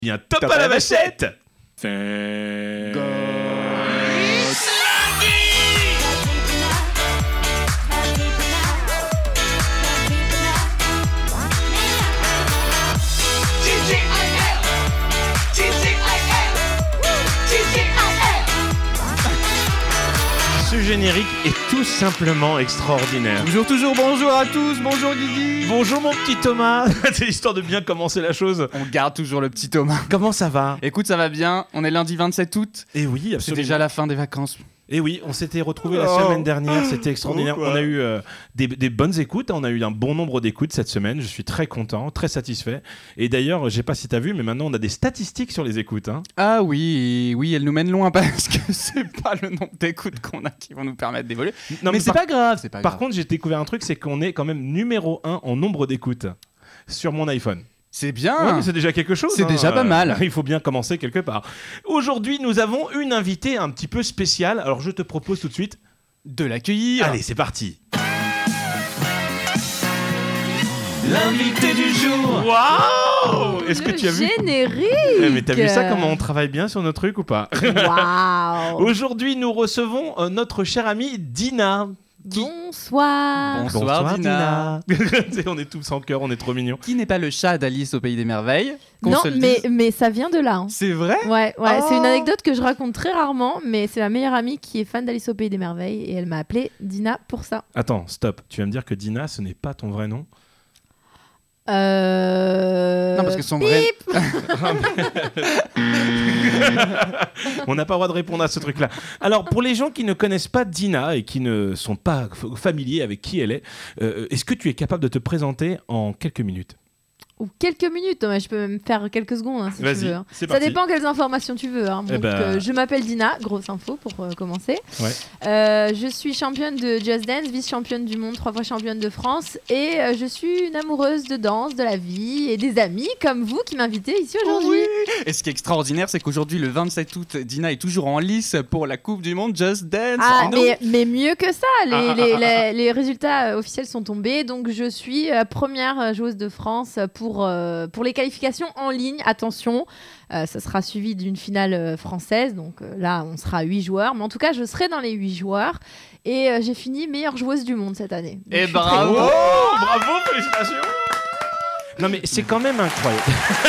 Bien top à la vachette. Ce générique est tout simplement extraordinaire. Toujours, bonjour à tous, bonjour Guigui. Bonjour mon petit Thomas. C'est l'histoire de bien commencer la chose. On garde toujours le petit Thomas. Comment ça va ? Écoute, ça va bien, on est lundi 27 août. Et oui, C'est absolument. déjà la fin des vacances. Et oui, on s'était retrouvés la semaine dernière, c'était extraordinaire. On a eu des bonnes écoutes, on a eu un bon nombre d'écoutes cette semaine. Je suis très content, très satisfait. Et d'ailleurs, je sais pas si tu as vu, mais maintenant on a des statistiques sur les écoutes. Hein. Ah oui, elles nous mènent loin parce que c'est pas le nombre d'écoutes qu'on a qui vont nous permettre d'évoluer. Non, mais c'est pas grave, Par contre, j'ai découvert un truc, c'est qu'on est quand même numéro 1 en nombre d'écoutes sur mon iPhone. C'est bien. Ouais, mais c'est déjà quelque chose. C'est déjà pas mal. Il faut bien commencer quelque part. Aujourd'hui, nous avons une invitée un petit peu spéciale. Alors, je te propose tout de suite de l'accueillir. Allez, c'est parti. L'invité du jour. Waouh! Est-ce que tu as vu générique? Mais t'as vu ça, comment on travaille bien sur nos trucs ou pas? Waouh! Aujourd'hui, nous recevons notre chère amie Dina. Bonsoir. Bonsoir Dina. On est tous en cœur, on est trop mignons. Qui n'est pas le chat d'Alice au Pays des Merveilles? Non, mais ça vient de là. Hein. C'est vrai? Ouais, c'est une anecdote que je raconte très rarement, mais c'est ma meilleure amie qui est fan d'Alice au Pays des Merveilles et elle m'a appelée Dina pour ça. Attends, stop. Tu vas me dire que Dina, ce n'est pas ton vrai nom? Non, parce que son vrai... On n'a pas le droit de répondre à ce truc-là. Alors, pour les gens qui ne connaissent pas Dina et qui ne sont pas familiers avec qui elle est, est-ce que tu es capable de te présenter en quelques minutes? Ou quelques minutes, je peux même faire quelques secondes hein, si Vas-y, tu veux. Hein. C'est Ça parti. dépend quelles informations tu veux. Hein. Donc, je m'appelle Dina, grosse info pour commencer. Ouais. Je suis championne de Just Dance, vice-championne du monde, 3 fois championne de France. Et je suis une amoureuse de danse, de la vie et des amis comme vous qui m'invitez ici aujourd'hui. Oui. Et ce qui est extraordinaire, c'est qu'aujourd'hui, le 27 août, Dina est toujours en lice pour la Coupe du Monde Just Dance. Ah, mais mieux que ça, les résultats officiels sont tombés. Donc, je suis première joueuse de France pour les qualifications en ligne. Attention, ça sera suivi d'une finale française. Donc là, on sera 8 joueurs. Mais en tout cas, je serai dans les 8 joueurs. Et j'ai fini meilleure joueuse du monde cette année. Donc, et bravo! Bravo, félicitations! Non mais c'est quand même incroyable.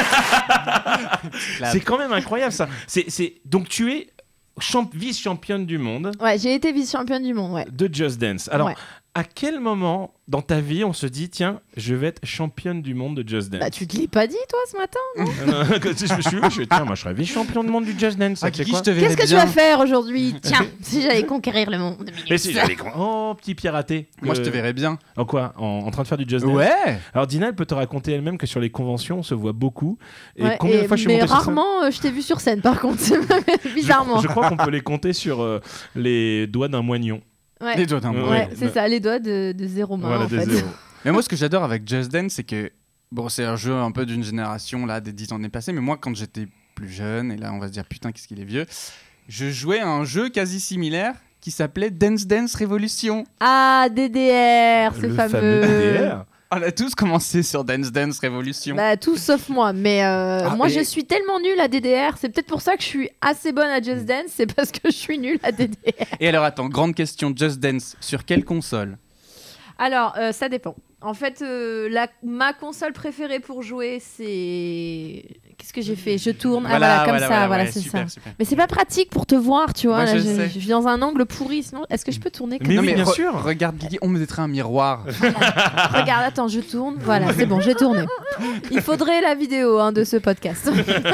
C'est quand même incroyable ça. Donc tu es vice-championne du monde. Ouais, j'ai été vice-championne du monde, ouais. De Just Dance. Alors, ouais. À quel moment dans ta vie on se dit tiens, je vais être championne du monde de Just Dance? Bah tu te l'es pas dit toi ce matin, non? Tiens, moi je serais vice-champion du monde du Just Dance. Qu'est-ce que tu vas faire aujourd'hui? Tiens, si j'allais conquérir le monde. Mais si j'allais petit piraté. Moi je te verrais bien. En quoi? En train de faire du Just Dance? Ouais. Alors Dina, elle peut te raconter elle-même que sur les conventions on se voit beaucoup. Et ouais, combien de fois je suis monté sur scène? Mais rarement je t'ai vu sur scène par contre. Bizarrement. Je crois qu'on peut les compter sur les doigts d'un moignon. Ouais. Les doigts d'un moignon. Ouais, c'est ça, les doigts de zéro main voilà, en fait. Mais moi ce que j'adore avec Just Dance, c'est que bon, c'est un jeu un peu d'une génération là, des 10 ans passés, mais moi quand j'étais plus jeune, et là on va se dire putain qu'est-ce qu'il est vieux, je jouais à un jeu quasi similaire qui s'appelait Dance Dance Revolution. Ah, DDR, ce le fameux DDR. On a tous commencé sur Dance Dance Revolution. Bah tous sauf moi, mais moi je suis tellement nulle à DDR, c'est peut-être pour ça que je suis assez bonne à Just Dance, c'est parce que je suis nulle à DDR. Et alors attends, grande question, Just Dance, sur quelle console? Alors ça dépend. En fait, ma console préférée pour jouer, c'est... Qu'est-ce que j'ai fait? Je tourne, voilà, c'est super, ça. Super. Mais c'est pas pratique pour te voir, tu vois. Moi, là, je suis dans un angle pourri, sinon... Est-ce que je peux tourner comme Mais ça? oui, bien sûr. Regarde Guigui, on me mettrait un miroir. Regarde, attends, je tourne. Voilà, c'est bon, j'ai tourné. Il faudrait la vidéo de ce podcast.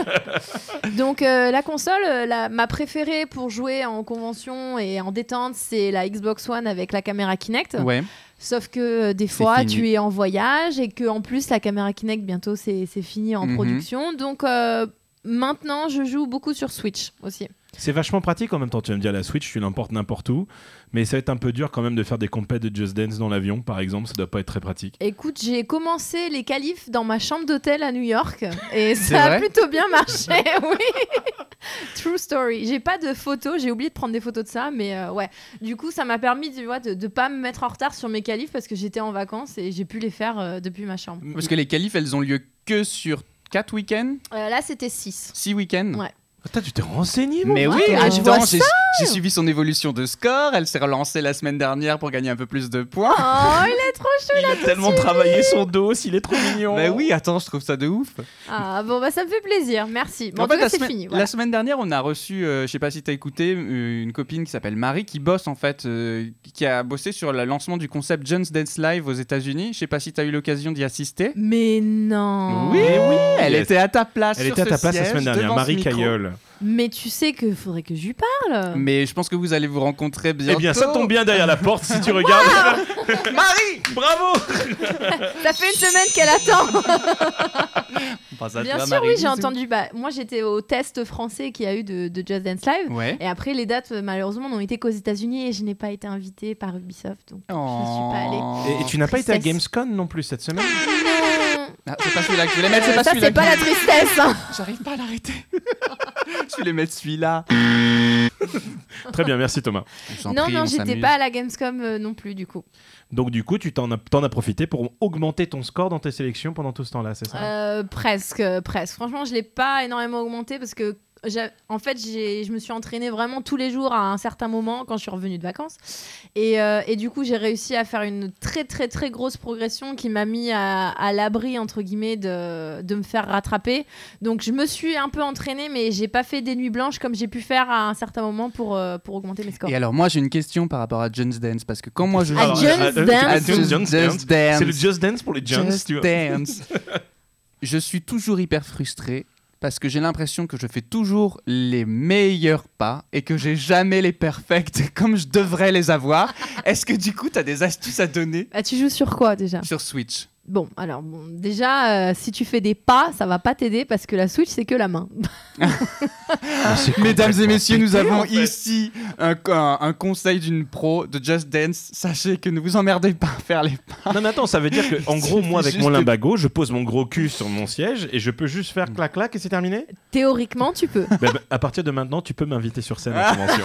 Donc, la console, ma préférée pour jouer en convention et en détente, c'est la Xbox One avec la caméra Kinect. Ouais. Sauf que des fois, tu es en voyage et que en plus, la caméra Kinect, bientôt, c'est fini en production. Donc, maintenant, je joue beaucoup sur Switch aussi. C'est vachement pratique en même temps. Tu vas me dire, la Switch, tu l'emportes n'importe où. Mais ça va être un peu dur quand même de faire des compètes de Just Dance dans l'avion, par exemple. Ça doit pas être très pratique. Écoute, j'ai commencé les qualifs dans ma chambre d'hôtel à New York et C'est ça a vrai plutôt bien marché, oui. True story. J'ai pas de photos, j'ai oublié de prendre des photos de ça, mais ouais. Du coup, ça m'a permis de pas me mettre en retard sur mes qualifs parce que j'étais en vacances et j'ai pu les faire depuis ma chambre. Parce que les qualifs, elles ont lieu que sur 4 week-ends. Là, c'était 6. 6 week-ends. Ouais. Attends, tu t'es renseigné, Mais oui, je vois ça. j'ai suivi son évolution de score. Elle s'est relancée la semaine dernière pour gagner un peu plus de points. Oh, il est trop chou, Il a tellement travaillé son dos, il est trop mignon. Bah oui, attends, je trouve ça de ouf. Ah bon, bah ça me fait plaisir, merci. Bon, en fait, tout cas, c'est fini. Voilà. La semaine dernière, on a reçu, je sais pas si t'as écouté, une copine qui s'appelle Marie qui bosse en fait, qui a bossé sur le lancement du concept Just Dance Live aux États-Unis. Je sais pas si t'as eu l'occasion d'y assister. Mais non. Oui, elle était à ta place. Elle sur était à ta ce place la siège, semaine dernière, devant Marie ce micro. Cailleul. Mais tu sais qu'il faudrait que je lui parle. Mais je pense que vous allez vous rencontrer bientôt. Eh bien, ça tombe bien derrière la porte si tu regardes. Marie, bravo. Ça fait une semaine qu'elle attend. Bien toi, sûr, Marie, oui, j'ai bisous. entendu. Moi, j'étais au test français qu'il y a eu de Just Dance Live. Ouais. Et après, les dates, malheureusement, n'ont été qu'aux États-Unis et je n'ai pas été invitée par Ubisoft. Donc, je ne suis pas allée. Et tu n'as pas été à Tristesse. Gamescom non plus cette semaine? Ah, c'est pas celui-là que je voulais mettre, c'est pas Ça, celui-là. c'est pas la tristesse. Hein. J'arrive pas à l'arrêter. Je voulais mettre celui-là. Très bien, merci Thomas. Non, j'étais pas à la Gamescom non plus, du coup. Donc du coup, tu t'en as profité pour augmenter ton score dans tes sélections pendant tout ce temps-là, c'est ça? Presque. Franchement, je l'ai pas énormément augmenté parce que en fait, je me suis entraînée vraiment tous les jours à un certain moment quand je suis revenue de vacances. Et du coup, j'ai réussi à faire une très, très, très grosse progression qui m'a mis à l'abri, entre guillemets, de me faire rattraper. Donc, je me suis un peu entraînée, mais j'ai pas fait des nuits blanches comme j'ai pu faire à un certain moment pour augmenter mes scores. Et alors, moi, j'ai une question par rapport à Just Dance parce que quand moi je À Just Dance Just Dance. C'est le Just Dance pour les Jones, Just tu vois. Dance. Je suis toujours hyper frustré parce que j'ai l'impression que je fais toujours les meilleurs pas et que j'ai jamais les perfects comme je devrais les avoir. Est-ce que du coup, tu as des astuces à donner Tu joues sur quoi déjà? sur Switch? Bon, déjà, si tu fais des pas, ça va pas t'aider parce que la Switch, c'est que la main. Mesdames et messieurs, nous pété, avons en fait. ici un conseil d'une pro de Just Dance. Sachez que ne vous emmerdez pas à faire les pas. Non mais attends, ça veut dire que en gros, moi avec Juste mon que- limbago, je pose mon gros cul sur mon siège et je peux juste faire clac clac et c'est terminé. Théoriquement, tu peux. À partir de maintenant, tu peux m'inviter sur scène en convention.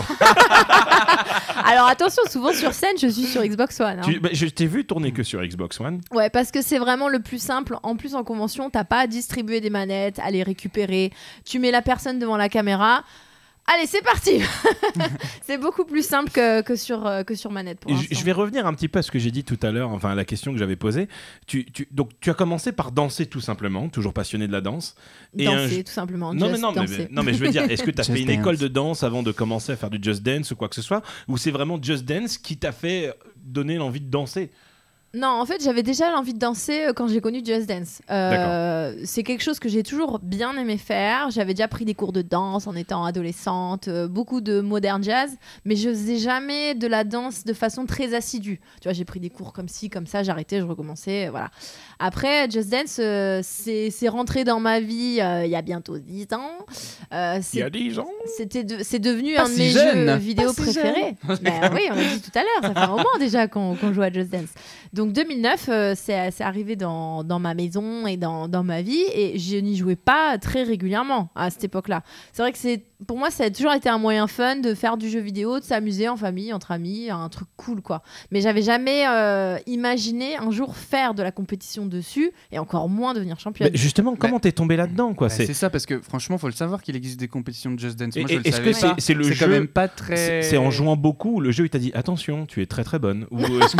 Alors attention, souvent sur scène, je suis sur Xbox One. Hein. Je t'ai vu tourner que sur Xbox One. Ouais, parce que c'est vraiment le plus simple. En plus, en convention, t'as pas à distribuer des manettes, à les récupérer. Tu mets la personne devant la caméra. Allez, c'est parti. C'est beaucoup plus simple que sur manette pour Et l'instant. je vais revenir un petit peu à ce que j'ai dit tout à l'heure, enfin à la question que j'avais posée. Donc tu as commencé par danser tout simplement, toujours passionné de la danse. Et Danser, tout simplement. Non Just danser. mais je veux dire, est-ce que tu as Just fait une Dance. école de danse avant de commencer à faire du Just Dance ou quoi que ce soit, ou c'est vraiment Just Dance qui t'a fait donner l'envie de danser? Non, en fait, j'avais déjà l'envie de danser quand j'ai connu Just Dance. C'est quelque chose que j'ai toujours bien aimé faire. J'avais déjà pris des cours de danse en étant adolescente, beaucoup de modern jazz, mais je faisais jamais de la danse de façon très assidue. Tu vois, j'ai pris des cours comme ci, comme ça, j'arrêtais, je recommençais, voilà. Après, Just Dance, c'est rentré dans ma vie il y a bientôt 10 ans. Il y a des gens. C'est devenu Pas un de si mes jeune, jeux vidéo pas si préférés. Ben oui, on l'a dit tout à l'heure, ça fait un moment déjà qu'on joue à Just Dance. Donc 2009, c'est arrivé dans ma maison et dans ma vie et je n'y jouais pas très régulièrement à cette époque-là. C'est vrai que pour moi, ça a toujours été un moyen fun de faire du jeu vidéo, de s'amuser en famille, entre amis, un truc cool quoi. Mais j'avais jamais imaginé un jour faire de la compétition dessus et encore moins devenir championne. Mais justement, comment t'es tombé là-dedans quoi? C'est ça parce que franchement, faut le savoir qu'il existe des compétitions de Just Dance. Moi, je le Est-ce savais que pas. c'est le C'est jeu quand même pas très. C'est en jouant beaucoup, le jeu il t'a dit attention, tu es très très bonne. Ou est-ce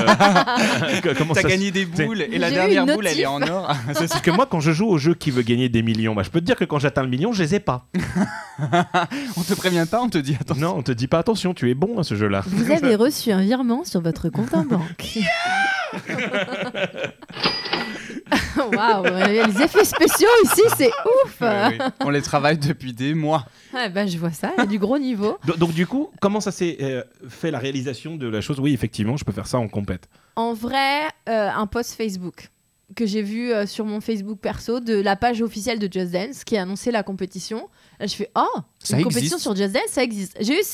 que comment T'as ça gagné des boules et la J'ai eu dernière une boule elle est en or. C'est parce que moi quand je joue au jeu qui veut gagner des millions, je peux te dire que quand j'atteins le million, je les ai pas. On te prévient pas, on te dit attends. Non, on te dit pas attention, tu es bon à ce jeu-là. Vous avez reçu un virement sur votre compte en banque. Waouh, les effets spéciaux ici, c'est ouf. Ouais, oui. On les travaille depuis des mois. Ouais, bah, je vois ça, il y a du gros niveau. Donc du coup, comment ça s'est fait la réalisation de la chose? Oui, effectivement, je peux faire ça en compète. En vrai, un post Facebook que j'ai vu sur mon Facebook perso de la page officielle de Just Dance qui annonçait la compétition. Là, je fais Ça une existe. compétition sur Just Dance, ça existe. J'ai eu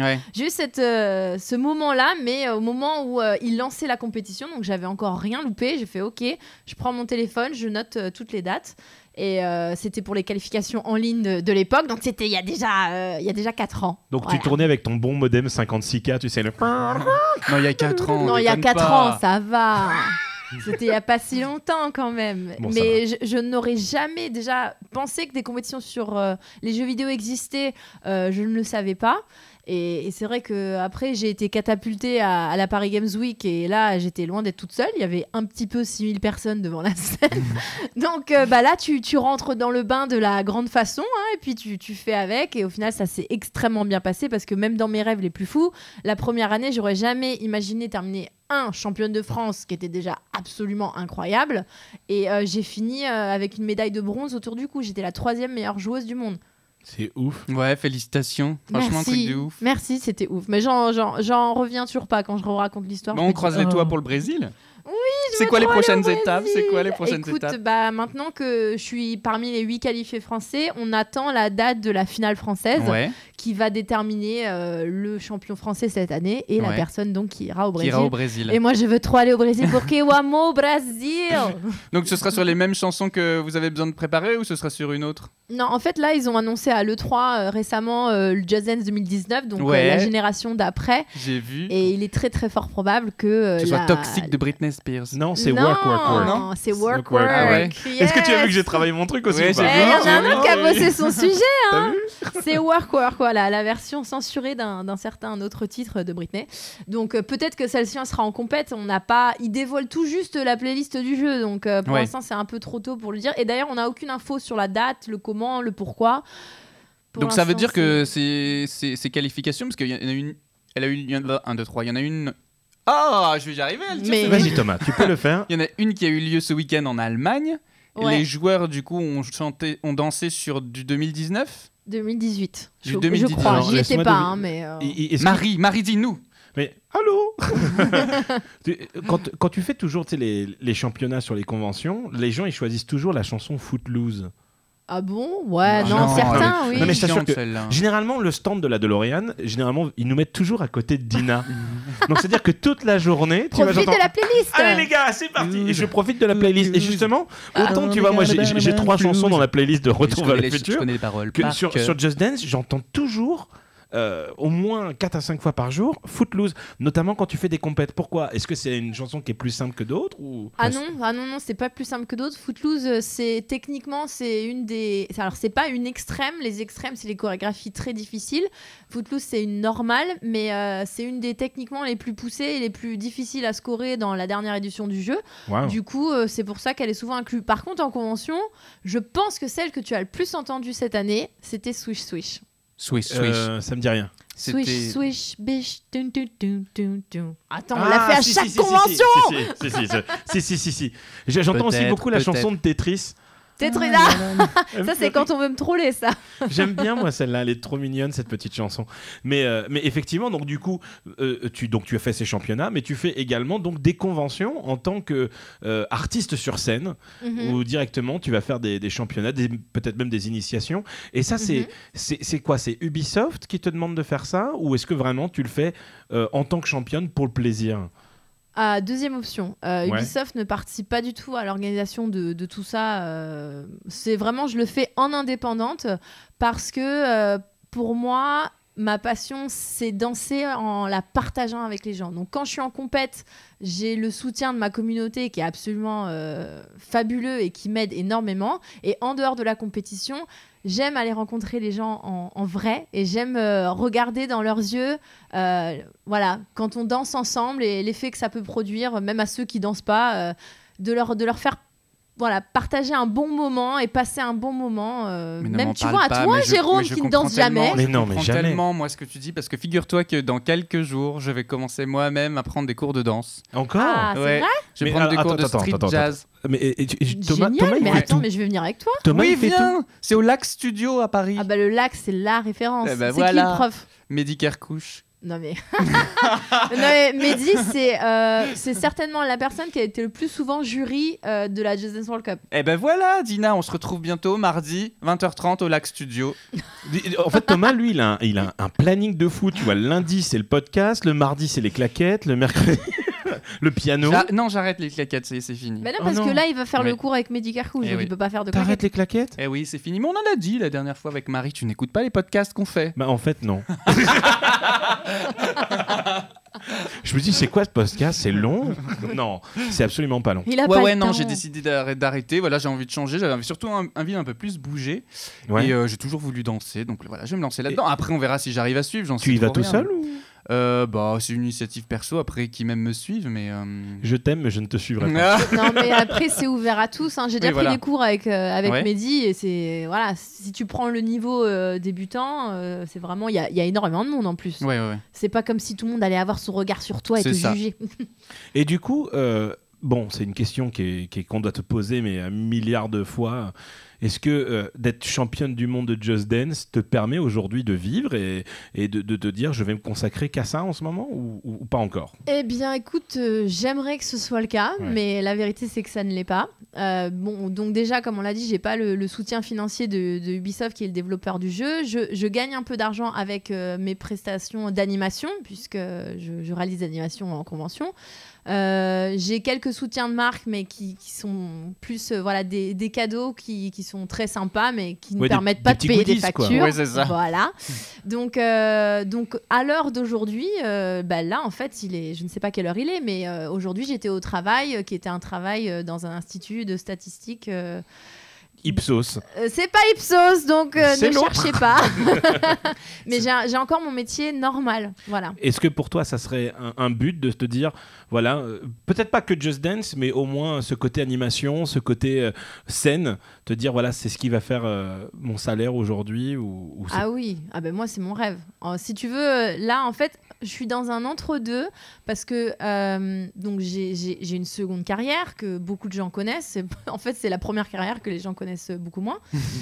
ce moment-là, mais au moment où il lançait la compétition, donc j'avais encore rien loupé. J'ai fait OK, je prends mon téléphone, je note toutes les dates. Et c'était pour les qualifications en ligne de l'époque, donc c'était il y a déjà 4 ans. Donc Voilà. tu tournais avec ton bon modem 56K, tu sais le. Non, il y a 4 ans. Non, il y a 4 ans, ça va. C'était il n'y a pas si longtemps quand même. Bon, mais je n'aurais jamais déjà pensé que des compétitions sur les jeux vidéo existaient. Je ne le savais pas. Et c'est vrai qu'après, j'ai été catapultée à la Paris Games Week et là, j'étais loin d'être toute seule. Il y avait un petit peu 6000 personnes devant la scène. Donc là, tu rentres dans le bain de la grande façon et puis tu fais avec. Et au final, ça s'est extrêmement bien passé parce que même dans mes rêves les plus fous, la première année, j'aurais jamais imaginé terminer championne de France, qui était déjà absolument incroyable. Et j'ai fini avec une médaille de bronze autour du cou. J'étais la 3e meilleure joueuse du monde. C'est ouf. Ouais, félicitations. Franchement, Merci. truc de ouf. Merci, c'était ouf. Mais j'en reviens toujours pas quand je raconte l'histoire. Bon, on croise les doigts pour le Brésil. Oui, c'est quoi les prochaines étapes? Écoute, maintenant que je suis parmi les 8 qualifiés français, on attend la date de la finale française qui va déterminer le champion français cette année et la personne donc qui ira au Brésil. Et moi, je veux trop aller au Brésil pour que Wamo Brésil. Donc, ce sera sur les mêmes chansons que vous avez besoin de préparer ou ce sera sur une autre? Non, en fait, là, ils ont annoncé à l'E3 récemment le Just Dance 2019, donc la génération d'après. J'ai vu. Et il est très très fort probable que ce soit Toxic de Britney Spears. Non, c'est Work. Non, c'est Work. Ah ouais. Yes. Est-ce que tu as vu que j'ai travaillé mon truc aussi? Il y en a un autre qui a bossé son sujet. C'est Work, voilà, la version censurée d'un certain autre titre de Britney. Donc peut-être que celle-ci sera en compète. Il dévoile tout juste la playlist du jeu. Donc pour l'instant, c'est un peu trop tôt pour le dire. Et d'ailleurs, on n'a aucune info sur la date, le comment, le pourquoi. Donc ça veut dire que ces qualifications, parce qu'il y en a une, elle a eu, il y en a 1, 2, 3, il y en a une. Je vais y arriver. Vas-y Thomas, tu peux le faire. Il y en a une qui a eu lieu ce week-end en Allemagne. Les joueurs du coup ont dansé sur du 2019. 2018. Du 2018. Je crois. J'y étais pas, mais. Marie, dis-nous. Mais allô. Quand tu fais toujours les championnats sur les conventions, les gens ils choisissent toujours la chanson Footloose. Ah bon? Ouais, non, certains, oui. Non, mais je t'assure que généralement, le stand de la DeLorean, ils nous mettent toujours à côté de Dina. Donc, c'est-à-dire que toute la journée, tu vas profite de la playlist. Allez, les gars, c'est parti. Et je profite de la playlist. Et justement, autant tu vois, moi, j'ai 3 chansons dans la playlist de Retour vers le futur. Je connais les paroles. Sur Just Dance, j'entends toujours. Au moins 4 à 5 fois par jour, Footloose, notamment quand tu fais des compètes. Pourquoi? Est-ce que c'est une chanson qui est plus simple que d'autres ou... Ah non, c'est pas plus simple que d'autres. Footloose, c'est une des... Alors, c'est pas une extrême. Les extrêmes, c'est les chorégraphies très difficiles. Footloose, c'est une normale, mais c'est une des techniquement les plus poussées et les plus difficiles à scorer dans la dernière édition du jeu. Wow. Du coup, c'est pour ça qu'elle est souvent inclue. Par contre, en convention, je pense que celle que tu as le plus entendue cette année, c'était Swish Swish. Swish. Ça me dit rien. Swish, swish, biche, tun, tun, tun, tun, tun. Attends, on l'a fait à chaque convention. Si. J'entends aussi beaucoup la chanson de Tetris. Tetris, ça c'est quand on veut me troller, ça. J'aime bien moi celle-là, elle est trop mignonne cette petite chanson. Mais effectivement, donc du coup, tu as fait ces championnats, mais tu fais également donc des conventions en tant que artiste sur scène, où directement tu vas faire des championnats, peut-être même des initiations. Et ça, c'est quoi? C'est Ubisoft qui te demande de faire ça, ou est-ce que vraiment tu le fais en tant que championne pour le plaisir? Deuxième option, Ubisoft ne participe pas du tout à l'organisation de tout ça. C'est vraiment, je le fais en indépendante parce que pour moi, ma passion, c'est danser en la partageant avec les gens. Donc quand je suis en compète, j'ai le soutien de ma communauté qui est absolument fabuleux et qui m'aide énormément. Et en dehors de la compétition, j'aime aller rencontrer les gens en vrai et j'aime regarder dans leurs yeux quand on danse ensemble et l'effet que ça peut produire, même à ceux qui dansent pas, de leur faire partager un bon moment et passer un bon moment. Même tu vois, à toi, Jérôme, qui ne danse jamais. Mais non, mais jamais. Tellement moi ce que tu dis, parce que figure-toi que dans quelques jours, je vais commencer moi-même à prendre des cours de danse. Encore? Ah, c'est vrai? Je vais prendre des cours de street jazz. Mais Thomas, mais attends, mais je vais venir avec toi. Thomas, oui, viens. C'est au Lac Studio à Paris. Ah bah le Lac, c'est la référence. C'est qui le prof? Mehdi Kerkouche. Non mais Mehdi, c'est certainement la personne qui a été le plus souvent jury de la Just Dance World Cup. Et ben voilà, Dina, on se retrouve bientôt mardi 20h30 au Lac Studio. En fait, Thomas, lui, il a un planning de fou. Tu vois, le lundi c'est le podcast, le mardi c'est les claquettes, le mercredi le piano. Non, j'arrête les claquettes, c'est fini. Bah non, parce que là, il va faire le cours avec Mehdi Kerkouche, donc il peut pas faire de claquettes. T'arrêtes les claquettes? Eh oui, c'est fini. Mais on en a dit la dernière fois avec Marie, tu n'écoutes pas les podcasts qu'on fait. Bah en fait, non. Je me dis, c'est quoi ce podcast? C'est long? Non, c'est absolument pas long. Il a pas le Non, temps. j'ai décidé d'arrêter. Voilà, j'ai envie de changer. J'avais surtout envie un peu plus bouger. Ouais. Et j'ai toujours voulu danser. Donc voilà, je vais me lancer là-dedans. Après, on verra si j'arrive à suivre. J'en Tu sais y vas trop tout rien. seul ou... C'est une initiative perso. Après, qui même me suivent, mais. Je t'aime, mais je ne te suivrai pas. Non, mais après, c'est ouvert à tous. J'ai déjà pris voilà. des cours avec Ouais. Mehdi et c'est. Voilà, si tu prends le niveau débutant, c'est vraiment. Il y a énormément de monde en plus. Ouais. C'est pas comme si tout le monde allait avoir son regard sur toi et C'est te ça. juger. Et du coup, bon, c'est une question qu'on doit te poser, mais un milliard de fois. Est-ce que d'être championne du monde de Just Dance te permet aujourd'hui de vivre et de te dire je vais me consacrer qu'à ça en ce moment ou pas encore? Eh bien, écoute, j'aimerais que ce soit le cas, Ouais. mais la vérité, c'est que ça ne l'est pas. Donc déjà, comme on l'a dit, j'ai pas le soutien financier de Ubisoft, qui est le développeur du jeu. Je gagne un peu d'argent avec mes prestations d'animation, puisque je réalise des animations en convention. J'ai quelques soutiens de marque, mais qui sont plus des cadeaux qui sont très sympas, mais qui ne Ouais, permettent des pas de petits payer des goodies, quoi. factures. Ouais, c'est ça. Voilà. Donc à l'heure d'aujourd'hui, là en fait, je ne sais pas quelle heure il est, mais aujourd'hui j'étais au travail, qui était un travail dans un institut de statistique. Ipsos. C'est pas Ipsos, donc C'est ne l'autre. cherchez pas. Mais j'ai encore mon métier normal, voilà. Est-ce que pour toi, ça serait un but de te dire, voilà, peut-être pas que Just Dance, mais au moins ce côté animation, ce côté scène, te dire, voilà, c'est ce qui va faire mon salaire aujourd'hui ou c'est- Ah oui, moi c'est mon rêve. Si tu veux, là en fait, je suis dans un entre-deux parce que donc j'ai une seconde carrière que beaucoup de gens connaissent. En fait, c'est la première carrière que les gens connaissent beaucoup moins.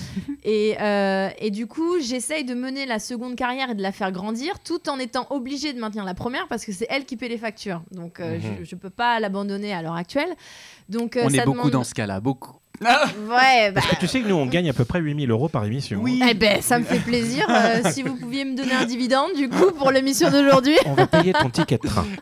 et du coup, j'essaye de mener la seconde carrière et de la faire grandir tout en étant obligée de maintenir la première parce que c'est elle qui paie les factures. Donc je peux pas l'abandonner à l'heure actuelle. Donc, On ça est beaucoup demande... dans ce cas-là, beaucoup. Ouais, Parce que tu sais que nous, on gagne à peu près 8 000 € par émission. Oui. Eh ben, ça me fait plaisir. Si vous pouviez me donner un dividende, du coup, pour l'émission d'aujourd'hui. On va payer ton ticket de train.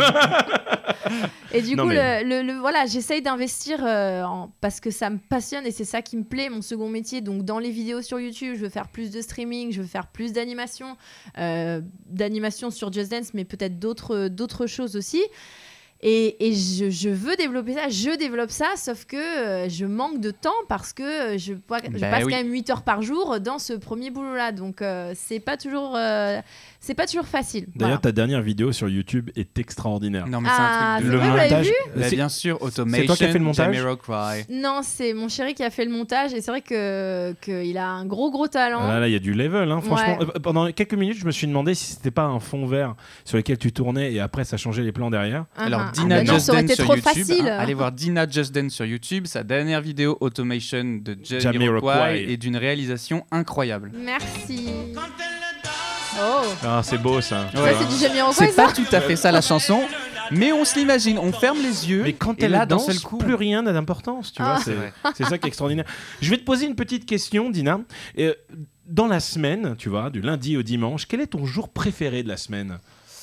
Et du Non, coup, mais- voilà, j'essaye d'investir parce que ça me passionne et c'est ça qui me plaît, mon second métier. Donc, dans les vidéos sur YouTube, je veux faire plus de streaming, je veux faire plus d'animation sur Just Dance, mais peut-être d'autres choses aussi. Et je veux développer ça, je développe ça, sauf que je manque de temps parce que je passe quand même 8 heures par jour dans ce premier boulot-là. Donc, c'est pas toujours facile. D'ailleurs, ta dernière vidéo sur YouTube est extraordinaire. Non, mais c'est un truc c'est de... vrai, vous l'avez vu Bah, c'est- bien sûr, Automation, c'est toi qui as fait le montage Jamiroquai. Non, c'est mon chéri qui a fait le montage et c'est vrai qu'il a un gros talent. Ah là, il y a du level, hein. Franchement. Ouais. Pendant quelques minutes, je me suis demandé si c'était pas un fond vert sur lequel tu tournais et après ça changeait les plans derrière. Alors, Ah, Dina bah non, Just ça aurait Dance été sur trop YouTube. facile. Allez voir Dina Just Dance sur YouTube. Sa dernière vidéo Automation de Jamiroquai. Jamiroquai est d'une réalisation incroyable. Merci. Oh, Ah, c'est beau ça. ça Ouais. c'est du Jamiroquai, C'est ça pas tout à fait ça la chanson, mais on se l'imagine. On ferme les yeux. Mais quand et elle là, d'un danse, seul coup, plus rien n'a d'importance, tu Ah. vois. C'est vrai. C'est ça qui est extraordinaire. Je vais te poser une petite question, Dina. Dans la semaine, tu vois, du lundi au dimanche, quel est ton jour préféré de la semaine?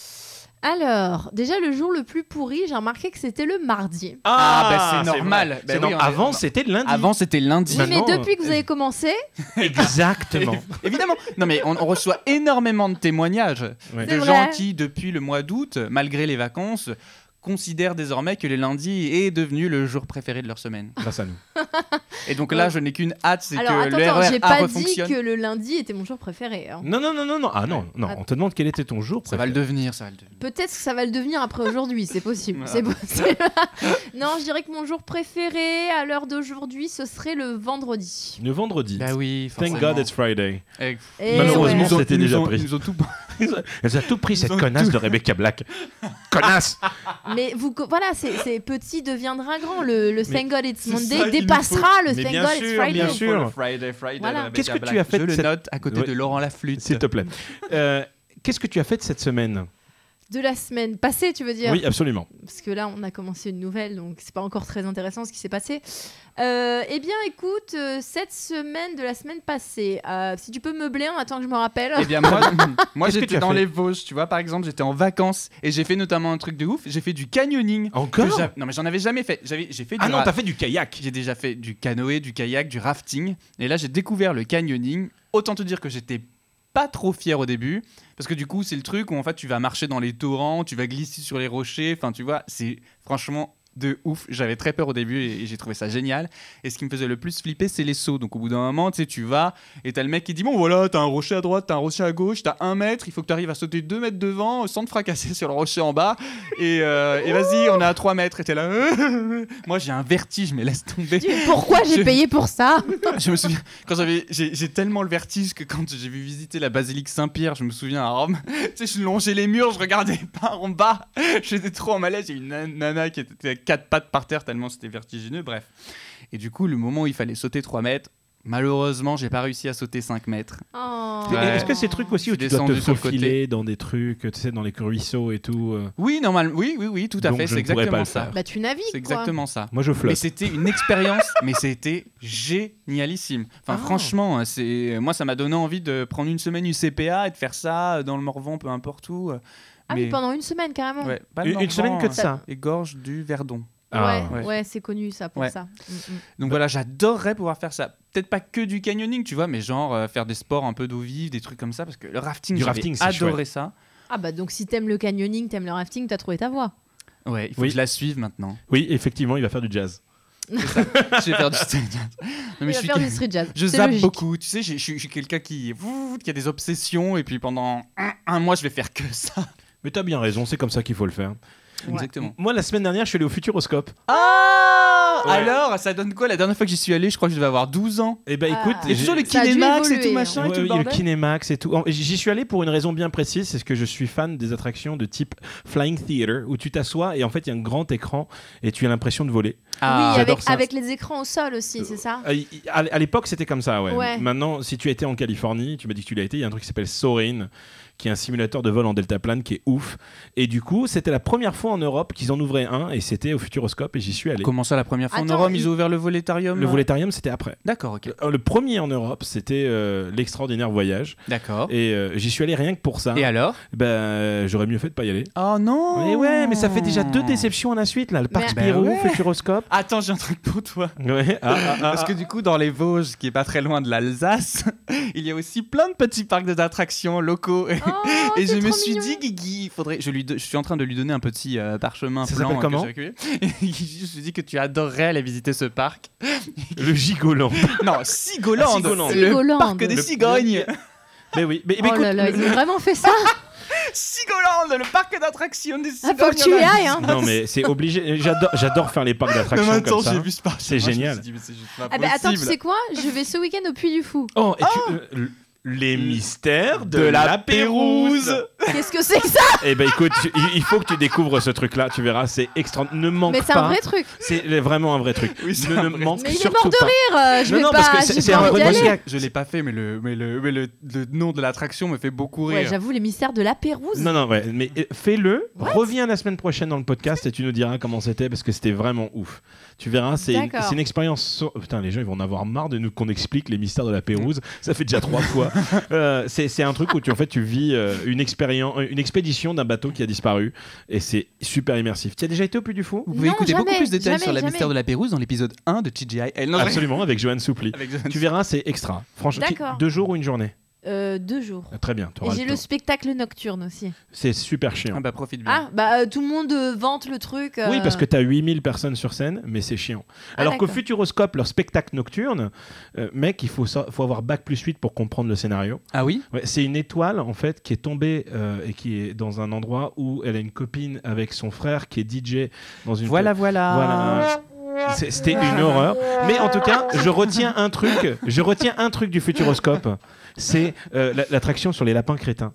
Alors, déjà le jour le plus pourri, j'ai remarqué que c'était le mardi. bah, c'est normal. vrai. Bah C'est oui, on est- Avant, c'était le lundi. Avant, c'était lundi. Oui, mais Maintenant, depuis que vous avez commencé, Exactement. Évidemment. Non, mais on reçoit énormément de témoignages Ouais. C'est de vrai. gens qui, depuis le mois d'août, malgré les vacances, considèrent désormais que le lundi est devenu le jour préféré de leur semaine. Grâce à nous. Et donc là, je n'ai qu'une hâte, c'est alors que attends, le j'ai RER A pas dit refonctionne. que le lundi était mon jour préféré. Hein. Non. Ah non. On te demande quel était ton jour Ça va préféré. le devenir, ça va le devenir. Peut-être que ça va le devenir après aujourd'hui, c'est possible. Voilà. C'est possible. Non, je dirais que mon jour préféré à l'heure d'aujourd'hui, ce serait le vendredi. Le vendredi. Bah oui, Thank forcément. God it's Friday. Et- Et Malheureusement, ouais. c'était déjà pris. Ils nous ont tout... Elle a tout pris, cette Ils ont connasse tout- de Rebecca Black. Connasse. Mais voilà, c'est petit deviendra grand. Le Thank God It's c'est Monday ça, il nous dépassera le Mais Thank bien God sûr, It's Friday. bien sûr. Friday, Voilà. Qu'est-ce que tu as fait Je de le cette- note à côté Ouais. de Laurent Laflûte. S'il te plaît. Qu'est-ce que tu as fait de cette semaine? De la semaine passée, tu veux dire? Oui, absolument. Parce que là, on a commencé une nouvelle, donc c'est pas encore très intéressant ce qui s'est passé. Eh bien, écoute, cette semaine de la semaine passée, si tu peux meubler en attendant que je me rappelle. Eh bien, moi Qu'est-ce que tu j'étais as dans fait les Vosges, tu vois, par exemple, j'étais en vacances et j'ai fait notamment un truc de ouf, j'ai fait du canyoning. Encore? Non, mais j'en avais jamais fait. J'ai fait du Ah non, t'as fait du kayak. J'ai déjà fait du canoë, du kayak, du rafting. Et là, j'ai découvert le canyoning. Autant te dire que j'étais pas trop fier au début parce que du coup c'est le truc où en fait tu vas marcher dans les torrents, tu vas glisser sur les rochers, enfin tu vois, c'est franchement de ouf. J'avais très peur au début et j'ai trouvé ça génial. Et ce qui me faisait le plus flipper, c'est les sauts. Donc au bout d'un moment, tu sais, tu vas et t'as le mec qui dit bon voilà, t'as un rocher à droite, t'as un rocher à gauche, t'as 1 mètre, il faut que t'arrives à sauter 2 mètres devant sans te fracasser sur le rocher en bas. Et vas-y, on est à 3 mètres. Et t'es là. Moi j'ai un vertige, mais laisse tomber. Pourquoi j'ai payé pour ça? Je me souviens, quand j'ai tellement le vertige que quand j'ai vu visiter la basilique Saint-Pierre, je me souviens à Rome, tu sais, je longeais les murs, je regardais pas en bas, j'étais trop en malaise. Il y a une nana qui était à 4 pattes par terre tellement c'était vertigineux, bref. Et du coup, le moment où il fallait sauter 3 mètres, malheureusement, j'ai pas réussi à sauter 5 mètres. Oh. Est-ce que ces trucs aussi où tu dois te faufiler dans des trucs, tu sais, dans les ruisseaux et tout Oui, normalement, oui, tout à Donc fait, je c'est ne pourrais exactement pas le ça. faire. Bah tu navigues C'est quoi. exactement ça. Moi, je flotte. Mais c'était une expérience, mais c'était génialissime. Enfin, franchement, moi, ça m'a donné envie de prendre une semaine UCPA et de faire ça dans le Morvan, peu importe où. Ah oui, pendant une semaine carrément. Ouais, pas le Une Morvan, semaine que de ça. Et gorge du Verdon. Ouais, c'est connu ça pour ça. Donc voilà, j'adorerais pouvoir faire ça. Peut-être pas que du canyoning, tu vois, mais genre faire des sports un peu d'eau vive, des trucs comme ça, parce que le rafting, j'avais adoré ça. Ah bah donc si t'aimes le canyoning, t'aimes le rafting, t'as trouvé ta voie. Ouais, il faut que je la suive maintenant. Oui, effectivement, il va faire du jazz. Je vais faire du street jazz. Il va faire du street jazz. Je zappe beaucoup. Tu sais, je suis quelqu'un qui a des obsessions et puis pendant un mois, je vais faire que ça. Mais t'as bien raison, c'est comme ça qu'il faut le faire. Ouais. Exactement. Moi, la semaine dernière, je suis allé au Futuroscope. Ouais. Alors, ça donne quoi? La dernière fois que j'y suis allé, je crois que je devais avoir 12 ans. Eh ben écoute, il y a toujours le Kinémax et tout machin. Ouais, le Kinémax et tout. J'y suis allé pour une raison bien précise, c'est que je suis fan des attractions de type Flying Theater où tu t'assois et en fait il y a un grand écran et tu as l'impression de voler. Oui, avec les écrans au sol aussi, c'est ça? À l'époque, c'était comme ça, ouais. Maintenant, si tu étais en Californie, tu m'as dit que tu l'as été, il y a un truc qui s'appelle Soarin', qui est un simulateur de vol en deltaplane qui est ouf. Et du coup, c'était la première fois en Europe qu'ils en ouvraient un et c'était au Futuroscope et j'y suis allé. Comment ça, la première fois en Europe, ils ont ouvert le Voletarium? Le Voletarium, c'était après. D'accord, ok. Le premier en Europe, c'était l'Extraordinaire Voyage. D'accord. Et j'y suis allé rien que pour ça. Et alors? J'aurais mieux fait de pas y aller. Oh non! Mais ouais, mais ça fait déjà 2 déceptions à la suite, là. Le Parc Spirou, Futuroscope. Attends, j'ai un truc pour toi. Ouais. Parce que du coup, dans les Vosges, qui est pas très loin de l'Alsace, il y a aussi plein de petits parcs d'attractions locaux. Et je me suis dit, Guigui, je suis en train de lui donner un petit parchemin ça blanc. Ça s'appelle comment? Je me suis dit que tu adorerais aller visiter ce parc. Le Gigoland. Non, Sigoland. Sigoland. Le parc des cigognes. Mais oui. Mais oh écoute, là là, ils ont vraiment fait ça? Sigoland, le parc d'attractions des cigognes. Faut que tu y ailles, hein. Non mais c'est obligé. J'adore faire les parcs d'attractions comme ça. J'ai vu ce parc. C'est génial. Attends, tu sais quoi? Je vais ce week-end au Puy du Fou. Oh, les mystères de la Pérouse. Qu'est-ce que c'est que ça? Eh ben écoute, il faut que tu découvres ce truc-là, tu verras, c'est extraordinaire. Ne manque pas. Mais c'est un vrai truc. C'est vraiment un vrai truc. Oui, ne manque mais il est surtout mort de rire. Je vais non, pas. Parce que c'est un vrai truc. Je l'ai pas fait, mais le nom de l'attraction me fait beaucoup rire. Ouais, j'avoue, les mystères de la Pérouse. Non, ouais, mais fais-le. Reviens la semaine prochaine dans le podcast et tu nous diras comment c'était parce que c'était vraiment ouf. Tu verras, c'est une expérience. Putain, les gens ils vont en avoir marre de nous qu'on explique les mystères de la Pérouse. Ça fait déjà 3 fois. C'est un truc où tu vis une expédition d'un bateau qui a disparu et c'est super immersif. Tu as déjà été au Puy du Fou? Vous pouvez écouter beaucoup plus de détails sur la mystère de la Pérouse dans l'épisode 1 de TGI. Absolument, avec Joanne Soupli. Tu verras, c'est extra. Franchement, 2 jours ou une journée? 2 jours. Très bien. Et j'ai le spectacle nocturne aussi. C'est super chiant. Ah bah profite bien. Tout le monde vante le truc. Oui, parce que t'as 8000 personnes sur scène, mais c'est chiant. Alors qu'au Futuroscope, leur spectacle nocturne, mec, il faut avoir Bac+8 pour comprendre le scénario. Ah oui? Ouais, c'est une étoile, en fait, qui est tombée et qui est dans un endroit où elle a une copine avec son frère qui est DJ dans une... Voilà. C'était une horreur. Mais en tout cas, je retiens un truc du Futuroscope. C'est l'attraction sur les lapins crétins.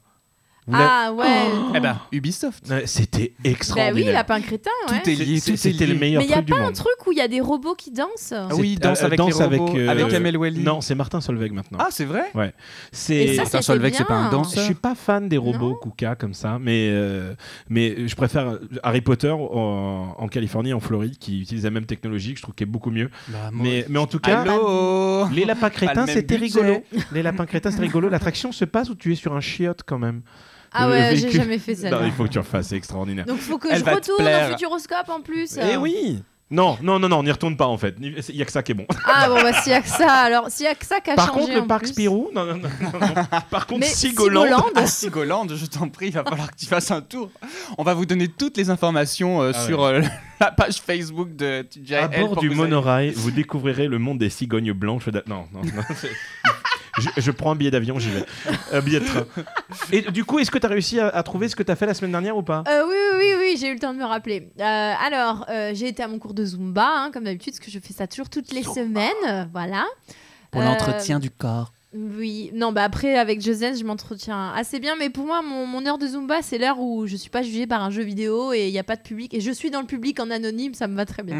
Ouais. Eh ben, Ubisoft. C'était extraordinaire. Bah oui, lapin crétin. Ouais. Tout est lié. C'était le meilleur truc du monde. Mais il n'y a pas un truc où il y a des robots qui dansent? Oui, danse avec les robots, avec Amel Wally. Non, c'est Martin Solveig maintenant. Ah, c'est vrai? Ouais. Martin Solveig, c'est pas un danseur. Je suis pas fan des robots Kuka comme ça, mais je préfère Harry Potter en Californie, en Floride, qui utilise la même technologie, que je trouve qu'elle est beaucoup mieux. Mais en tout cas, les lapins crétins, c'était rigolo. Les lapins crétins, c'était rigolo. L'attraction se passe où tu es sur un chiotte quand même. Ah ouais, j'ai jamais fait ça. Non, il faut que tu refasses, c'est extraordinaire. Donc il faut que je retourne au Futuroscope en plus. Eh oui. Non, on n'y retourne pas en fait. Il y a que ça qui est bon. Ah bon, bah s'il y a que ça, alors s'il y a que ça qui a Par changé. contre, le en parc plus. Spirou, non. Par contre, Mais Sigoland. À Sigoland, je t'en prie, il va falloir que tu fasses un tour. On va vous donner toutes les informations sur la page Facebook de TJL. À bord pour du que vous ayez- monorail, vous découvrirez le monde des cigognes blanches. Non. Je prends un billet d'avion, j'y vais. Un billet de train. Et du coup, est-ce que tu as réussi à trouver ce que tu as fait la semaine dernière ou pas? Oui, j'ai eu le temps de me rappeler. Alors, j'ai été à mon cours de Zumba, hein, comme d'habitude, parce que je fais ça toujours toutes les semaines. Voilà. Pour l'entretien du corps. Oui, non, bah après, avec Just Dance, je m'entretiens assez bien, mais pour moi, mon heure de Zumba, c'est l'heure où je suis pas jugée par un jeu vidéo et il n'y a pas de public. Et je suis dans le public en anonyme, ça me va très bien.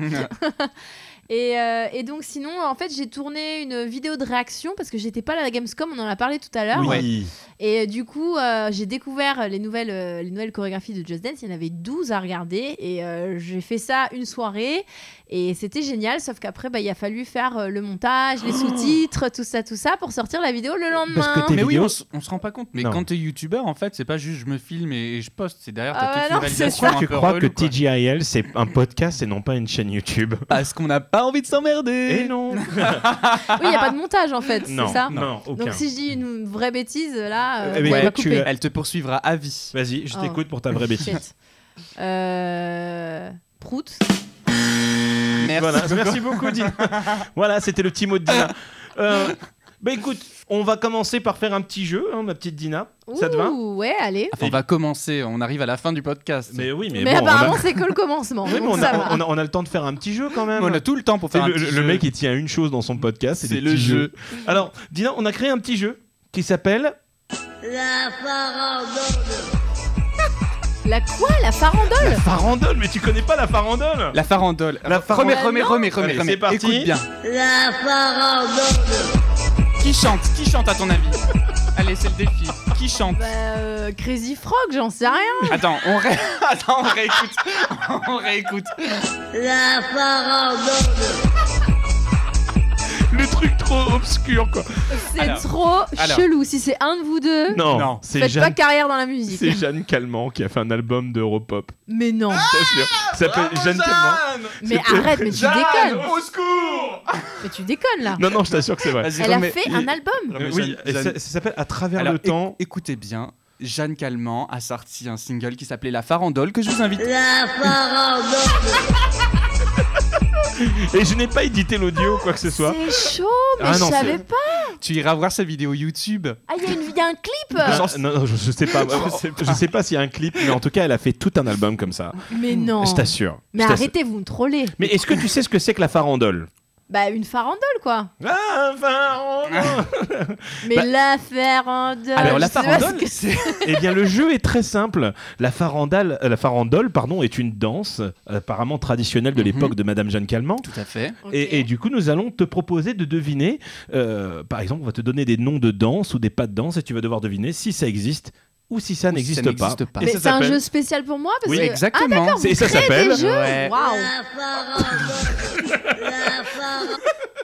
Et donc, sinon, en fait, j'ai tourné une vidéo de réaction parce que j'étais pas à la Gamescom, on en a parlé tout à l'heure. Oui. Et du coup, j'ai découvert les nouvelles chorégraphies de Just Dance. Il y en avait 12 à regarder. Et j'ai fait ça une soirée. Et c'était génial. Sauf qu'après, il a fallu faire le montage, les sous-titres, tout ça pour sortir la vidéo le lendemain. Parce que tes Mais oui, vidéos... on se rend pas compte. Mais Non. quand t'es youtubeur, en fait, c'est pas juste je me filme et je poste. C'est derrière, Ah t'as ouais, toute une non, c'est réalisation sûr. un Tu peu crois que relou, quoi. TJIL, c'est un podcast et non pas une chaîne YouTube? Parce qu'on n'a pas envie de s'emmerder. Et non. Oui, il n'y a pas de montage en fait, Non, c'est ça. non, aucun. Donc si je dis une vraie bêtise, là, Eh on ben, va tu- couper. Elle te poursuivra à vie. Vas-y, je Oh. t'écoute pour ta vraie bêtise. Shit. Prout. Merci. Voilà, merci beaucoup, Dina. Voilà, c'était le petit mot de Dina. Écoute, on va commencer par faire un petit jeu, hein, ma petite Dina. Ça te va? Ouh, ouais, allez. Enfin, on va commencer. On arrive à la fin du podcast. Mais oui, mais, Mais bon, apparemment, c'est que le commencement. Oui, mais donc on ça a, va. on a le temps de faire un petit jeu quand même. Mais on a tout le temps pour C'est faire un le, petit le jeu. mec il tient une chose dans son podcast, c'est C'est des le petits jeu. jeux. Alors, Dina, on a créé un petit jeu qui s'appelle La farandole. La quoi? La farandole? la farandole. Mais tu connais pas la farandole? La farandole. La farandole. Remets. Allez, c'est parti. Écoute bien. La farandole. Qui chante à ton avis? Allez, c'est le défi. Qui chante? Crazy Frog, j'en sais rien. Attends, on réécoute. On réécoute. La farandole. Le truc trop obscur quoi. C'est Alors, trop chelou. Si c'est un de vous deux, Non, c'est faites pas Jeanne. carrière dans la musique. C'est Jeanne Calment qui a fait un album d'Europop. Mais non. T'assure. Ça s'appelle Jeanne Calment. Mais arrête, mais tu déconnes. Au secours. Mais tu déconnes là. Non, je t'assure que c'est vrai. Vas-y, Elle a remets. fait un album. mais Oui, et Jeanne- ça s'appelle À travers Alors, le temps. écoutez bien. Jeanne Calment a sorti un single qui s'appelait La Farandole que je vous invite. La farandole. Et je n'ai pas édité l'audio, quoi que ce soit. C'est chaud, mais Ah je non, savais c'est- pas. Tu iras voir sa vidéo YouTube. Ah, il y a un clip. Non, je sais pas. Je sais pas s'il y a un clip, mais en tout cas, elle a fait tout un album comme ça. Mais non. Je t'assure. Mais Je t'assure. arrêtez, vous me trollez. Mais est-ce que tu sais ce que c'est que la farandole? Bah, une farandole, quoi. La farandole. Mais Bah- la farandole. Alors la je sais pas farandole, ce que c'est Eh bien, le jeu est très simple. La farandole, est une danse apparemment traditionnelle de l'époque de Madame Jeanne Calment. tout à fait. Ok. Et du coup, nous allons te proposer de deviner. Par exemple, on va te donner des noms de danse ou des pas de danse et tu vas devoir deviner si ça existe ou si ça Ou si ça n'existe pas. n'existe pas. Et Mais ça c'est un s'appelle- jeu spécial pour moi parce Oui, que... exactement. Ah d'accord, C'est- vous ça créez s'appelle- des jeux. Ouais. Waouh. La farandole. La farandole.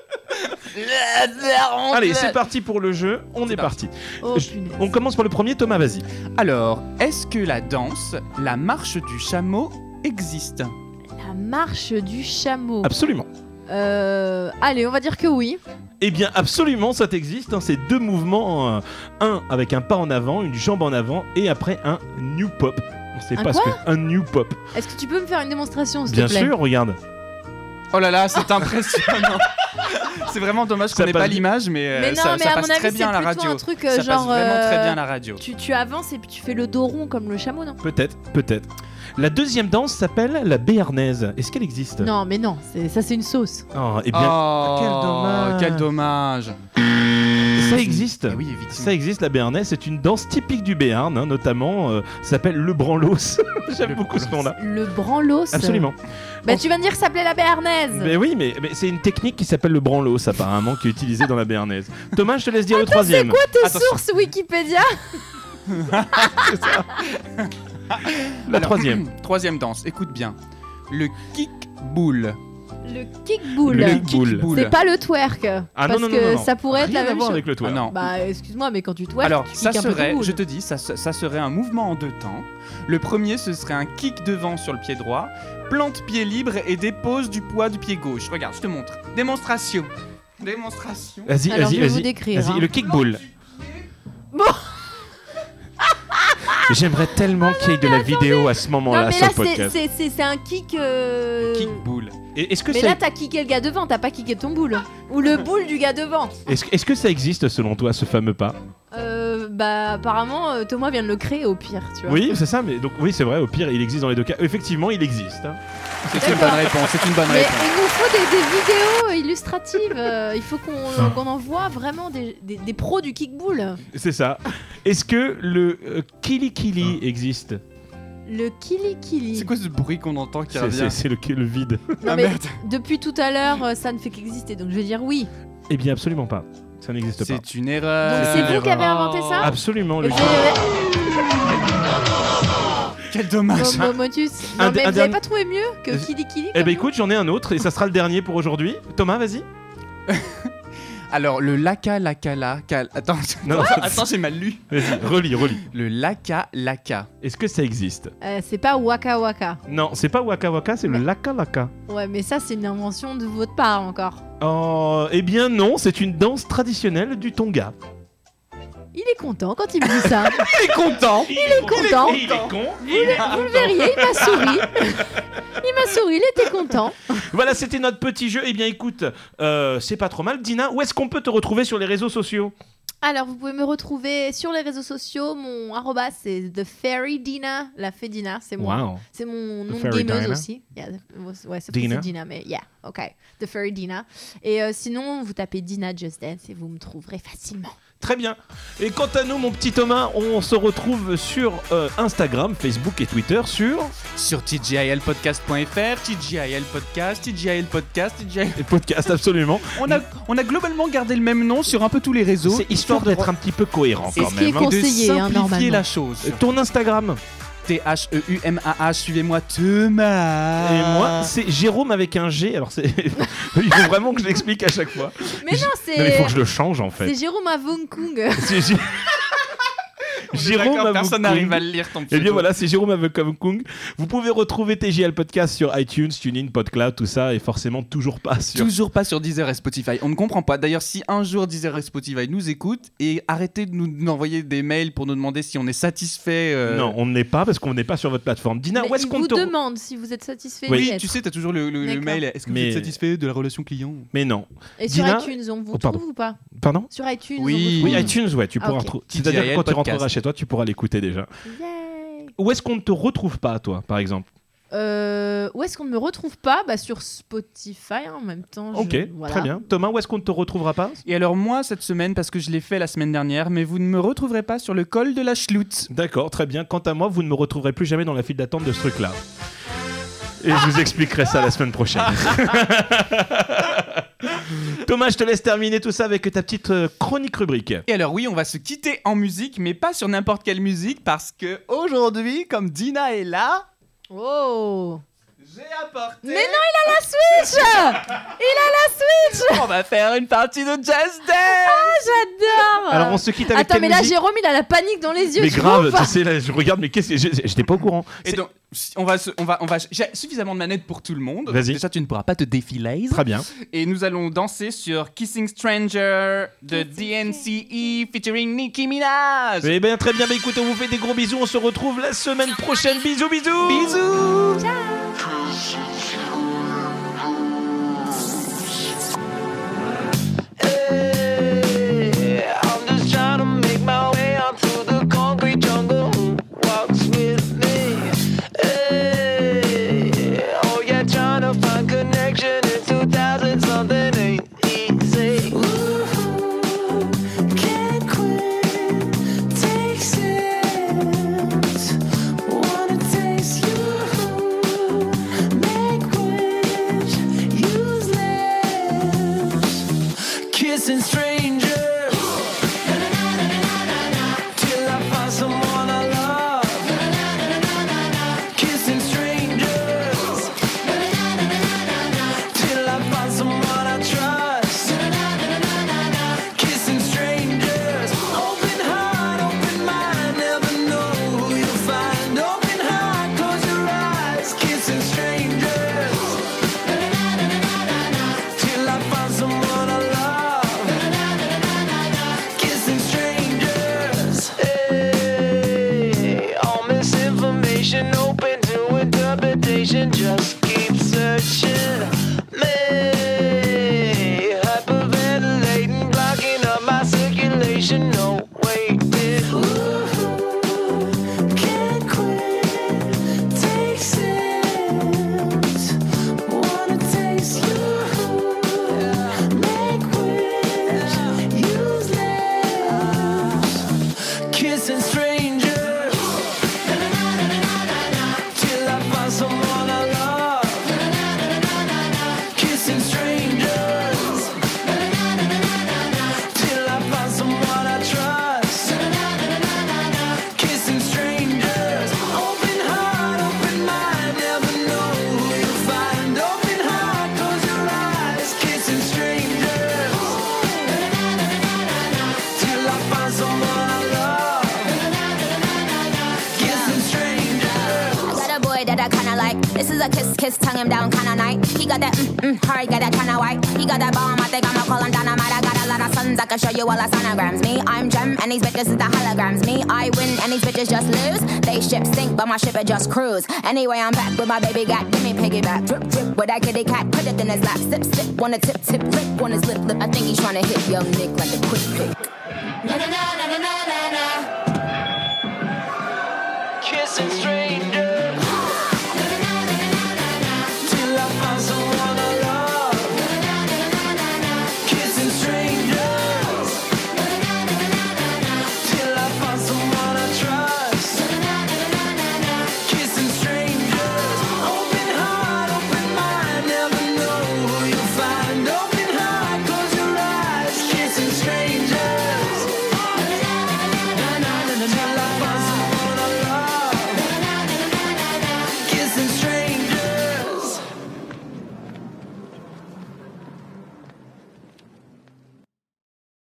Allez, c'est parti pour le jeu. On est parti. Oh, punaise. On commence par le premier. Thomas, vas-y. Alors, est-ce que la danse, la marche du chameau, existe? La marche du chameau. Absolument. Allez, on va dire que oui. Eh bien, absolument, ça existe. C'est deux mouvements. Un avec un pas en avant, une jambe en avant, et après un new pop. On sait Un pas ce quoi que un new pop. Est-ce que tu peux me faire une démonstration, s'il Bien te plaît? sûr, regarde. Oh là là, c'est impressionnant. C'est vraiment dommage Ça qu'on n'ait passe pas bien. l'image, mais, Mais non, ça, mais ça à passe mon très avis, bien c'est à la plutôt radio. un truc Ça passe genre... vraiment très bien à la radio. Tu avances et puis tu fais le dos rond comme le chameau, non? Peut-être. La deuxième danse s'appelle la béarnaise. Est-ce qu'elle existe? Non, mais non, ça c'est une sauce. Oh, eh bien, Oh, quel dommage. Quel dommage. ça existe. Eh oui, effectivement. Ça existe, la béarnaise. C'est une danse typique du Béarn, hein, notamment. Ça s'appelle le branlos. J'aime Le beaucoup ce branlos. nom-là. Le branlos. Absolument. Bah tu vas me dire que ça s'appelait la béarnaise. Mais oui, mais c'est une technique qui s'appelle le branlos, apparemment, qui est utilisée dans la béarnaise. Thomas, je te laisse dire le troisième. C'est quoi tes Attention. sources Wikipédia? C'est ça. La Alors, troisième. Troisième danse, écoute bien. Le kick-bull. Le kickbull. Le kick-bull. C'est pas le twerk. Ah parce non, non, que non, non. ça pourrait être Rien la à même voir chose. avec le toit. Ah non. Bah excuse-moi, mais quand tu twerk, Alors, tu ça kicks un peu serait, de boule. je te dis, ça serait un mouvement en deux temps. Le premier, ce serait un kick devant sur le pied droit, plante pied libre et dépose du poids du pied gauche. Regarde, je te montre. Démonstration. Vas-y, Alors, je vais vous vas-y. décrire, Vas-y, hein. le kickball. Bon. J'aimerais tellement qu'il y ait de la vidéo à ce Non, moment-là mais sur là, le podcast. c'est un kick. Kickball. Et Est-ce que, Mais ça... là, t'as kické le gars devant, t'as pas kické ton boule. Ou le boule du gars devant. est-ce que ça existe selon toi, ce fameux pas? Bah, apparemment, Thomas vient de le créer au pire, tu vois. Oui, c'est ça, mais donc oui, c'est vrai, au pire, il existe dans les deux cas. Effectivement, il existe. Hein. C'est une bonne réponse. Mais il nous faut des vidéos illustratives. Il faut qu'on en voit vraiment des pros du kickball. C'est ça. Est-ce que le Kili existe? Le kili. C'est quoi ce bruit qu'on entend qui C'est revient? le vide. Non, Ah mais merde. depuis tout à l'heure, ça ne fait qu'exister, donc je vais dire oui. Eh bien, absolument pas. Ça n'existe pas. C'est une erreur. Donc c'est vous qui avez inventé ça Absolument. Et Le... vous Quel dommage. Motus. Un Non, mais un vous dernier- avez pas trouvé mieux que kili Eh comme ben nous écoute, j'en ai un autre et ça sera le dernier pour aujourd'hui. Thomas, vas-y. Alors, le laka. Attends, Non, attends, j'ai mal lu. vas-y, relis. Le laka. Est-ce que ça existe? C'est pas Waka Waka. Non, c'est pas Waka Waka, c'est le Laka Laka. Ouais, mais ça, c'est une invention de votre part encore. Oh, eh bien non, c'est une danse traditionnelle du Tonga. Il est content quand il me dit ça. Il est content. Il est content. Il est con. Vous le verriez, il m'a souri. Il m'a souri, il était content. Voilà, c'était notre petit jeu. Eh bien écoute, c'est pas trop mal. Dina, où est-ce qu'on peut te retrouver sur les réseaux sociaux? Alors, vous pouvez me retrouver sur les réseaux sociaux. Mon arrobas, c'est The Fairy Dina. La fée Dina, c'est moi. Wow. C'est mon nom de Fairy gameuse Dina. aussi. Yeah, ouais, c'est Dina. Dina, mais yeah, ok. The Fairy Dina. Et sinon, vous tapez Dina Just Dance et vous me trouverez facilement. Très bien. Et quant à nous, mon petit Thomas, on se retrouve sur Instagram, Facebook et Twitter Sur tgilpodcast.fr, TGIL Podcast, TGIL Podcast, TGIL... les podcasts, absolument. On a globalement gardé le même nom sur un peu tous les réseaux. C'est histoire d'être un petit peu cohérent C'est quand ce qui est même. hein. et de conseillé, hein, simplifier normalement. la chose. Ton Instagram. THEUMAH, suivez-moi Thomas. Et moi, c'est Jérôme avec un G. Alors, c'est... il faut vraiment que je l'explique à chaque fois. Mais non, Non, mais il faut que c'est je le change en fait. c'est Jérôme Avongkung. C'est J- Jérôme D'accord, personne Avokung. n'arrive à le lire ton Et pseudo. bien voilà, c'est Jérôme Avokung. Vous pouvez retrouver TJL Podcast sur iTunes, TuneIn, PodCloud, tout ça, et forcément toujours pas sur... Toujours pas sur Deezer et Spotify. On ne comprend pas. D'ailleurs, si un jour Deezer et Spotify nous écoutent, et arrêtez de nous envoyer des mails pour nous demander si on est satisfait. Non, on n'est pas parce qu'on n'est pas sur votre plateforme. Dina, Mais où est-ce il qu'on vous te... demande si vous êtes satisfait Oui, d'y Oui, être. tu sais, t'as toujours le D'accord. mail. Est-ce que Mais- vous êtes satisfait de la relation client? Mais non. Et sur Dina iTunes, on vous Oh, pardon. trouve ou pas? Pardon? Sur iTunes, Oui. on vous Oui, trouve. iTunes, ouais, tu pourras ok. retrouver. C'est-à-dire que TJL quand tu Podcast. rentreras chez toi, tu pourras l'écouter déjà. Yay. Où est-ce qu'on ne te retrouve pas, toi, par exemple? Où est-ce qu'on ne me retrouve pas? Bah, sur Spotify en même temps. Ok, voilà. très bien. Thomas, où est-ce qu'on ne te retrouvera pas? Et alors moi, cette semaine, parce que je l'ai fait la semaine dernière, mais vous ne me retrouverez pas sur le col de la Schlout. D'accord, très bien. Quant à moi, vous ne me retrouverez plus jamais dans la file d'attente de ce truc-là. Et je vous expliquerai ça la semaine prochaine. Thomas, je te laisse terminer tout ça avec ta petite chronique rubrique. Et alors oui, on va se quitter en musique, mais pas sur n'importe quelle musique, parce que aujourd'hui, comme Dina est là, Oh! j'ai apporté... Mais non, il a la Switch! Il a la Switch! On va faire une partie de Just Dance. J'adore! Alors on se quitte avec Attends, quelle mais là, musique? Jérôme, il a la panique dans les yeux. Mais tu vois ou grave, pas tu sais, là, je regarde, mais qu'est-ce que... J'étais pas au courant. Et C'est- donc, j'ai suffisamment de manettes pour tout le monde. Vas-y. Déjà, tu ne pourras pas te défiler. Très bien. Et nous allons danser sur Kissing Stranger de Kissing DNCE featuring Nicki Minaj. Eh bien, très bien. Bah, écoutez, on vous fait des gros bisous. On se retrouve la semaine prochaine. Bisous, bisous. Bisous. I'm just trying to make my way out through the concrete jungle. Who walks with me? Hey, oh yeah, trying to find connection in 2000 something ain't easy. Ooh, can't quit, take sips, wanna taste you. kissing strangers till I find someone I love. Kissing strangers till I find someone I trust. Kissing strangers, open heart, open mind, never know who you find. Open heart, close your eyes. Kissing strangers till I find someone I love. Kissing strangers. I got a boy that I kinda like. This is a kiss, tongue him down kinda night. He got that hard, got that kinda white. He got that bomb, I think I'ma call him dynamite. I got a lot of sons, I can show you all the sonograms. Me, I'm Gem, and these bitches is the holograms. Me, I win, and these bitches just lose. They ship sink, but my ship it just cruise. Anyway, I'm back with my baby gat, give me piggyback. Drip, drip, with that kitty cat, put it in his lap. Sip, sip, wanna tip, tip, lick on his lip, lip. I think he's trying to hit young Nick like a quick pick.